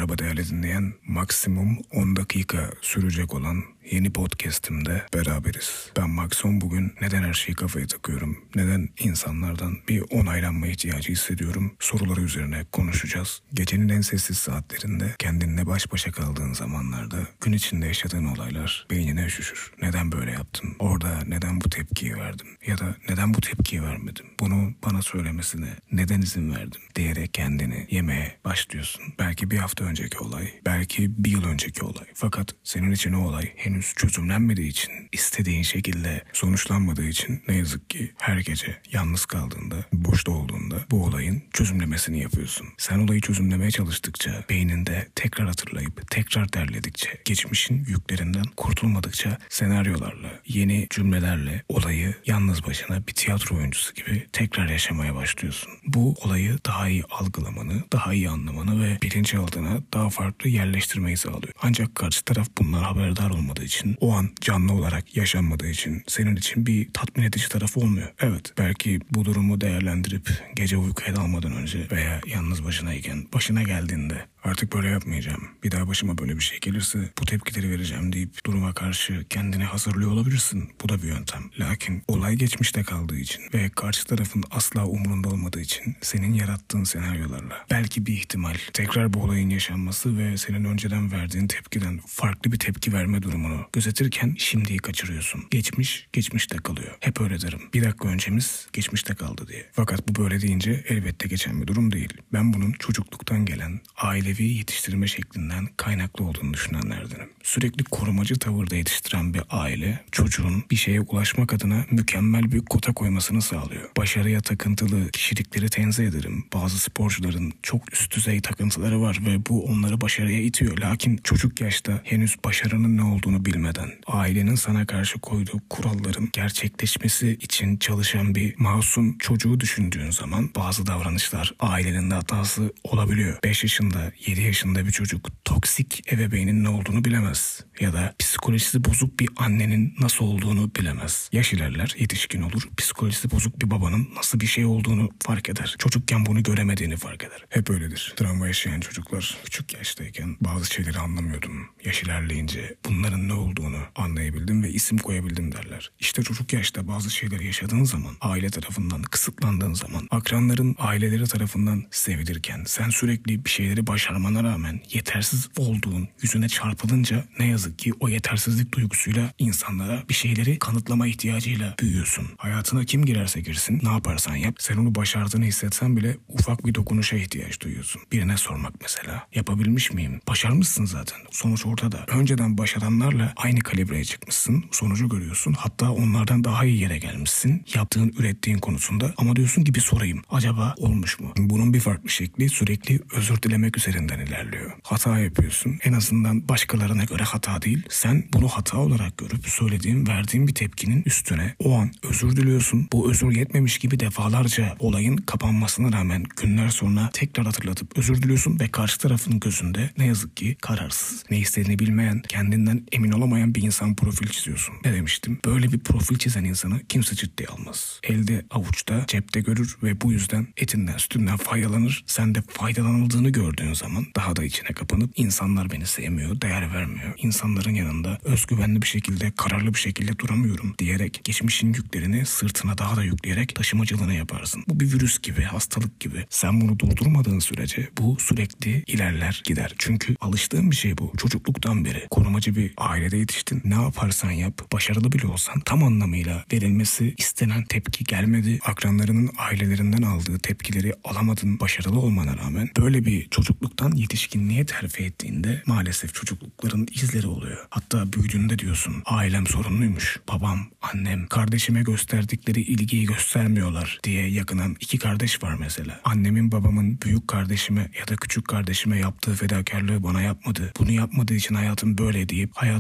Merhaba değerli dinleyen, maksimum 10 dakika sürecek olan yeni podcast'imde beraberiz. Ben Maxon, bugün neden her şeyi kafaya takıyorum, neden insanlardan bir onaylanma ihtiyacı hissediyorum soruları üzerine konuşacağız. Gecenin en sessiz saatlerinde, kendinle baş başa kaldığın zamanlarda gün içinde yaşadığın olaylar beynine üşüşür. Neden böyle yaptım? Orada neden bu tepkiyi verdim? Ya da neden bu tepkiyi vermedim? Bunu bana söylemesine neden izin verdim? Diyerek kendini yemeye başlıyorsun. Belki bir hafta önceki olay, belki bir yıl önceki olay. Fakat senin için o olay henüz çözümlenmediği için, istediğin şekilde sonuçlanmadığı için ne yazık ki her gece yalnız kaldığında, boşta olduğunda bu olayın çözümlemesini yapıyorsun. Sen olayı çözümlemeye çalıştıkça, beyninde tekrar hatırlayıp, tekrar derledikçe, geçmişin yüklerinden kurtulmadıkça senaryolarla, yeni cümlelerle olayı yalnız başına bir tiyatro oyuncusu gibi tekrar yaşamaya başlıyorsun. Bu olayı daha iyi algılamanı, daha iyi anlamanı ve bilinçaltına daha farklı yerleştirmeyi sağlıyor. Ancak karşı taraf bundan haberdar olmadığı için, o an canlı olarak yaşanmadığı için senin için bir tatmin edici tarafı olmuyor. Evet, belki bu durumu değerlendirip gece uykuya dalmadan önce veya yalnız başınayken başına geldiğinde artık böyle yapmayacağım, bir daha başıma böyle bir şey gelirse bu tepkileri vereceğim deyip duruma karşı kendini hazırlıyor olabilirsin. Bu da bir yöntem. Lakin olay geçmişte kaldığı için ve karşı tarafın asla umurunda olmadığı için senin yarattığın senaryolarla belki bir ihtimal tekrar bu olayın yaşanması ve senin önceden verdiğin tepkiden farklı bir tepki verme durumunu gözetirken şimdiyi kaçırıyorsun. Geçmiş geçmişte kalıyor. Hep öyle derim. Bir dakika öncemiz geçmişte kaldı diye. Fakat bu böyle deyince elbette geçen bir durum değil. Ben bunun çocukluktan gelen ailevi yetiştirme şeklinden kaynaklı olduğunu düşünenlerdenim. Sürekli korumacı tavırda yetiştiren bir aile çocuğun bir şeye ulaşmak adına mükemmel bir kota koymasını sağlıyor. Başarıya takıntılı kişilikleri tenzih ederim. Bazı sporcuların çok üst düzey takıntıları var ve bu onları başarıya itiyor. Lakin çocuk yaşta henüz başarının ne olduğunu bilmeden, ailenin sana karşı koyduğu kuralların gerçekleşmesi için çalışan bir masum çocuğu düşündüğün zaman bazı davranışlar ailenin de hatası olabiliyor. 5 yaşında, 7 yaşında bir çocuk toksik ebeveynin ne olduğunu bilemez. Ya da psikolojisi bozuk bir annenin nasıl olduğunu bilemez. Yaş ilerler, yetişkin olur, psikolojisi bozuk bir babanın nasıl bir şey olduğunu fark eder. Çocukken bunu göremediğini fark eder. Hep öyledir. Travma yaşayan çocuklar küçük yaştayken bazı şeyleri anlamıyordum. Yaş ilerleyince bunların ne olduğunu anlayabildim ve isim koyabildim derler. İşte çocuk yaşta bazı şeyleri yaşadığın zaman, aile tarafından kısıtlandığın zaman, akranların aileleri tarafından sevilirken, sen sürekli bir şeyleri başarmana rağmen yetersiz olduğun yüzüne çarpılınca ne yazık ki o yetersizlik duygusuyla insanlara bir şeyleri kanıtlama ihtiyacıyla büyüyorsun. Hayatına kim girerse girsin, ne yaparsan yap, sen onu başardığını hissetsen bile ufak bir dokunuşa ihtiyaç duyuyorsun. Birine sormak mesela. Yapabilmiş miyim? Başarmışsın zaten. Sonuç ortada. Önceden başaranlarla aynı kalibreye çıkmışsın. Sonucu görüyorsun. Hatta onlardan daha iyi yere gelmişsin. Yaptığın, ürettiğin konusunda. Ama diyorsun ki bir sorayım. Acaba olmuş mu? Bunun bir farklı şekli sürekli özür dilemek üzerinden ilerliyor. Hata yapıyorsun. En azından başkalarına göre hata değil. Sen bunu hata olarak görüp söylediğin, verdiğin bir tepkinin üstüne o an özür diliyorsun. Bu özür yetmemiş gibi defalarca olayın kapanmasına rağmen günler sonra tekrar hatırlatıp özür diliyorsun ve karşı tarafın gözünde ne yazık ki kararsız, ne istediğini bilmeyen, kendinden emin olamayan bir insan profil çiziyorsun. Ne demiştim? Böyle bir profil çizen insanı kimse ciddiye almaz. Elde avuçta, cepte görür ve bu yüzden etinden, sütünden faydalanır. Sen de faydalanıldığını gördüğün zaman daha da içine kapanıp insanlar beni sevmiyor, değer vermiyor. İnsanların yanında özgüvenli bir şekilde, kararlı bir şekilde duramıyorum diyerek geçmişin yüklerini sırtına daha da yükleyerek taşımacılığını yaparsın. Bu bir virüs gibi, hastalık gibi. Sen bunu durdurmadığın sürece bu sürekli ilerler gider. Çünkü alıştığın bir şey bu. Çocukluktan beri korumacı bir ailede yetiştin. Ne yaparsan yap, başarılı bile olsan tam anlamıyla verilmesi istenen tepki gelmedi. Akranlarının ailelerinden aldığı tepkileri alamadın başarılı olmana rağmen. Böyle bir çocukluktan yetişkinliğe terfi ettiğinde maalesef çocuklukların izleri oluyor. Hatta büyüdüğünde diyorsun ailem sorunluymuş. Babam, annem, kardeşime gösterdikleri ilgiyi göstermiyorlar diye yakınan iki kardeş var mesela. Annemin, babamın büyük kardeşime ya da küçük kardeşime yaptığı fedakarlığı bana yapmadı. Bunu yapmadığı için hayatım böyle deyip hayatı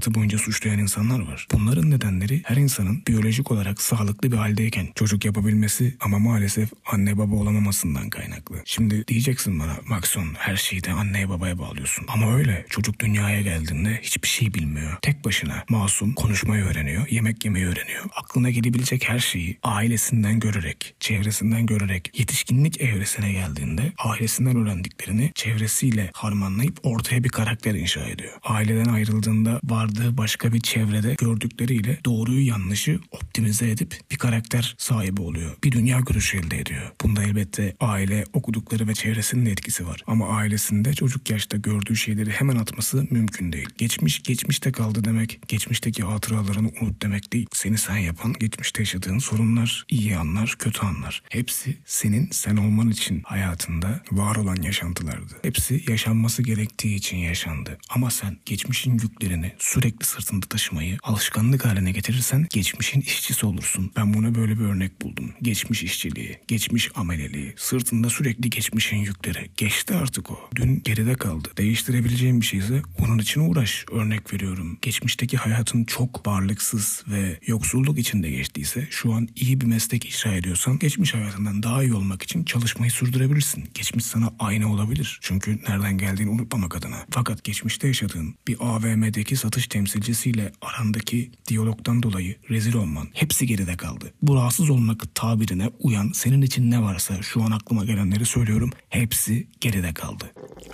hayatı boyunca suçlayan insanlar var. Bunların nedenleri her insanın biyolojik olarak sağlıklı bir haldeyken çocuk yapabilmesi ama maalesef anne baba olamamasından kaynaklı. Şimdi diyeceksin bana, Maxon, her şeyi de anneye babaya bağlıyorsun. Ama öyle. Çocuk dünyaya geldiğinde hiçbir şey bilmiyor. Tek başına masum konuşmayı öğreniyor, yemek yemeyi öğreniyor. Aklına gelebilecek her şeyi ailesinden görerek, çevresinden görerek, yetişkinlik evresine geldiğinde ailesinden öğrendiklerini çevresiyle harmanlayıp ortaya bir karakter inşa ediyor. Aileden ayrıldığında vardığı başka bir çevrede gördükleriyle doğruyu yanlışı optimize edip bir karakter sahibi oluyor. Bir dünya görüşü elde ediyor. Bunda elbette aile, okudukları ve çevresinin de etkisi var. Ama ailesinde çocuk yaşta gördüğü şeyleri hemen atması mümkün değil. Geçmiş geçmişte kaldı demek, geçmişteki hatıralarını unut demek değil. Seni sen yapan geçmişte yaşadığın sorunlar, iyi anlar, kötü anlar. Hepsi senin sen olman için hayatında var olan yaşantılardı. Hepsi yaşanması gerektiği için yaşandı. Ama sen geçmişin yüklerini sürekli sırtında taşımayı alışkanlık haline getirirsen geçmişin işçisi olursun. Ben buna böyle bir örnek buldum. Geçmiş işçiliği, geçmiş ameleliği, sırtında sürekli geçmişin yükleri. Geçti artık o. Dün geride kaldı. Değiştirebileceğin bir şeyse onun için uğraş. Örnek veriyorum. Geçmişteki hayatın çok varlıksız ve yoksulluk içinde geçtiyse, şu an iyi bir meslek icra ediyorsan geçmiş hayatından daha iyi olmak için çalışmayı sürdürebilirsin. Geçmiş sana ayna olabilir. Çünkü nereden geldiğini unutmamak adına. Fakat geçmişte yaşadığın bir AVM'deki satış temsilcisiyle arandaki diyalogdan dolayı rezil olman hepsi geride kaldı. Bu rahatsız olmak tabirine uyan senin için ne varsa, şu an aklıma gelenleri söylüyorum, hepsi geride kaldı.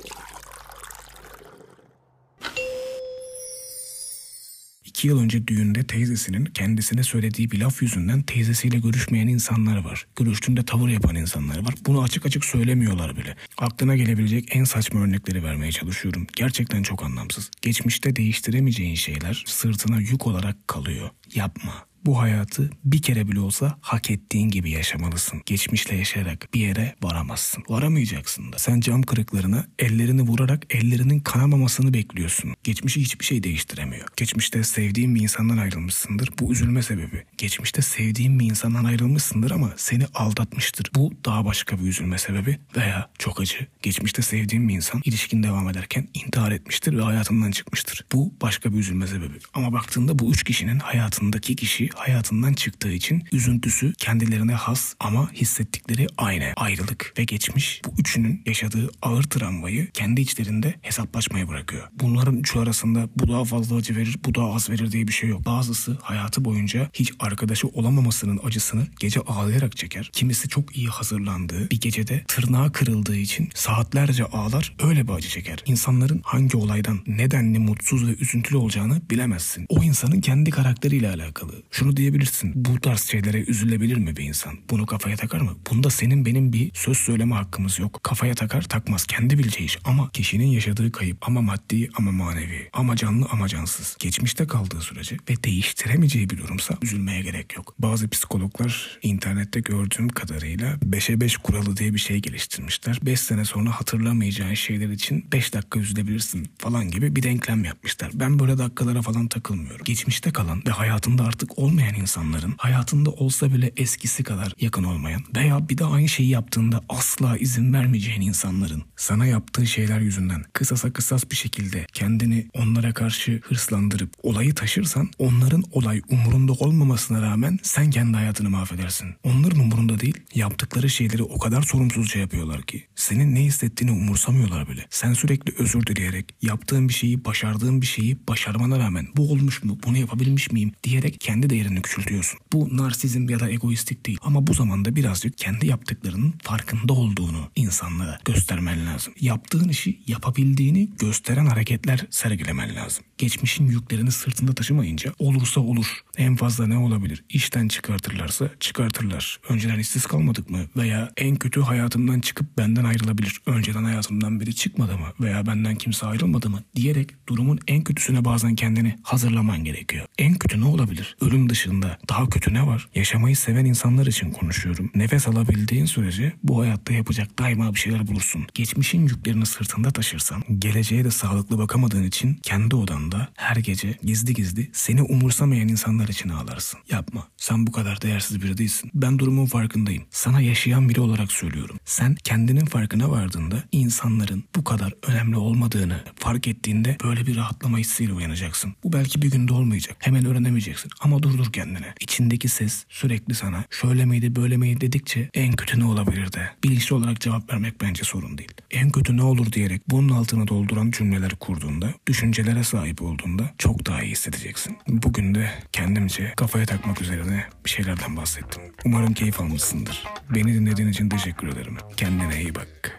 İki yıl önce düğünde teyzesinin kendisine söylediği bir laf yüzünden teyzesiyle görüşmeyen insanlar var. Görüştüğünde tavır yapan insanlar var. Bunu açık açık söylemiyorlar bile. Aklına gelebilecek en saçma örnekleri vermeye çalışıyorum. Gerçekten çok anlamsız. Geçmişte değiştiremeyeceğin şeyler sırtına yük olarak kalıyor. Yapma. Bu hayatı bir kere bile olsa hak ettiğin gibi yaşamalısın. Geçmişle yaşayarak bir yere varamazsın. Varamayacaksın da. Sen cam kırıklarına ellerini vurarak ellerinin kanamamasını bekliyorsun. Geçmişi hiçbir şey değiştiremiyor. Geçmişte sevdiğin bir insandan ayrılmışsındır. Bu üzülme sebebi. Geçmişte sevdiğin bir insandan ayrılmışsındır ama seni aldatmıştır. Bu daha başka bir üzülme sebebi. Veya çok acı. Geçmişte sevdiğin bir insan ilişkin devam ederken intihar etmiştir ve hayatından çıkmıştır. Bu başka bir üzülme sebebi. Ama baktığında bu üç kişinin hayatındaki kişi hayatından çıktığı için üzüntüsü kendilerine has ama hissettikleri aynı. Ayrılık ve geçmiş, bu üçünün yaşadığı ağır travmayı kendi içlerinde hesaplaşmaya bırakıyor. Bunların üçü arasında bu daha fazla acı verir, bu daha az verir diye bir şey yok. Bazısı hayatı boyunca hiç arkadaşı olamamasının acısını gece ağlayarak çeker. Kimisi çok iyi hazırlandığı bir gecede tırnağı kırıldığı için saatlerce ağlar, öyle bir acı çeker. İnsanların hangi olaydan nedenli mutsuz ve üzüntülü olacağını bilemezsin. O insanın kendi karakteriyle alakalı. Şunu diyebilirsin: bu tarz şeylere üzülebilir mi bir insan? Bunu kafaya takar mı? Bunda senin benim bir söz söyleme hakkımız yok. Kafaya takar takmaz kendi bileceği iş. Ama kişinin yaşadığı kayıp ama maddi ama manevi ama canlı ama cansız geçmişte kaldığı sürece ve değiştiremeyeceği bir durumsa üzülmeye gerek yok. Bazı psikologlar internette gördüğüm kadarıyla 5'e 5 kuralı diye bir şey geliştirmişler. 5 sene sonra hatırlamayacağın şeyler için 5 dakika üzülebilirsin falan gibi bir denklem yapmışlar. Ben böyle dakikalara falan takılmıyorum. Geçmişte kalan ve hayatında artık olmayan insanların, hayatında olsa bile eskisi kadar yakın olmayan veya bir de aynı şeyi yaptığında asla izin vermeyeceğin insanların sana yaptığı şeyler yüzünden kısasa kısas bir şekilde kendini onlara karşı hırslandırıp olayı taşırsan, onların olay umurunda olmamasına rağmen sen kendi hayatını mahvedersin. Onların umurunda değil, yaptıkları şeyleri o kadar sorumsuzca yapıyorlar ki senin ne hissettiğini umursamıyorlar bile. Sen sürekli özür dileyerek yaptığın bir şeyi, başardığın bir şeyi başarmana rağmen bu olmuş mu, bunu yapabilmiş miyim diyerek kendi değerini küçültüyorsun. Bu narsizm ya da egoistik değil. Ama bu zamanda birazcık kendi yaptıklarının farkında olduğunu insanlara göstermen lazım. Yaptığın işi yapabildiğini gösteren hareketler sergilemen lazım. Geçmişin yüklerini sırtında taşımayınca olursa olur. En fazla ne olabilir? İşten çıkartırlarsa çıkartırlar. Önceden işsiz kalmadık mı? Veya en kötü hayatımdan çıkıp benden ayrılabilir. Önceden hayatımdan biri çıkmadı mı? Veya benden kimse ayrılmadı mı? Diyerek durumun en kötüsüne bazen kendini hazırlaman gerekiyor. En kötü ne olabilir? Ölüm bunun dışında daha kötü ne var? Yaşamayı seven insanlar için konuşuyorum. Nefes alabildiğin sürece bu hayatta yapacak daima bir şeyler bulursun. Geçmişin yüklerini sırtında taşırsan, geleceğe de sağlıklı bakamadığın için kendi odanda her gece gizli gizli seni umursamayan insanlar için ağlarsın. Yapma. Sen bu kadar değersiz biri değilsin. Ben durumun farkındayım. Sana yaşayan biri olarak söylüyorum. Sen kendinin farkına vardığında insanların bu kadar önemli olmadığını fark ettiğinde böyle bir rahatlama hissiyle uyanacaksın. Bu belki bir günde olmayacak. Hemen öğrenemeyeceksin. Ama durdur kendine. İçindeki ses sürekli sana şöyle miydi böyle miydi dedikçe en kötü ne olabilir de bilinçli olarak cevap vermek bence sorun değil. En kötü ne olur diyerek bunun altını dolduran cümleler kurduğunda, düşüncelere sahip olduğunda çok daha iyi hissedeceksin. Bugün de kendimce kafaya takmak üzerine bir şeylerden bahsettim. Umarım keyif almışsındır. Beni dinlediğin için teşekkür ederim. Kendine iyi bak.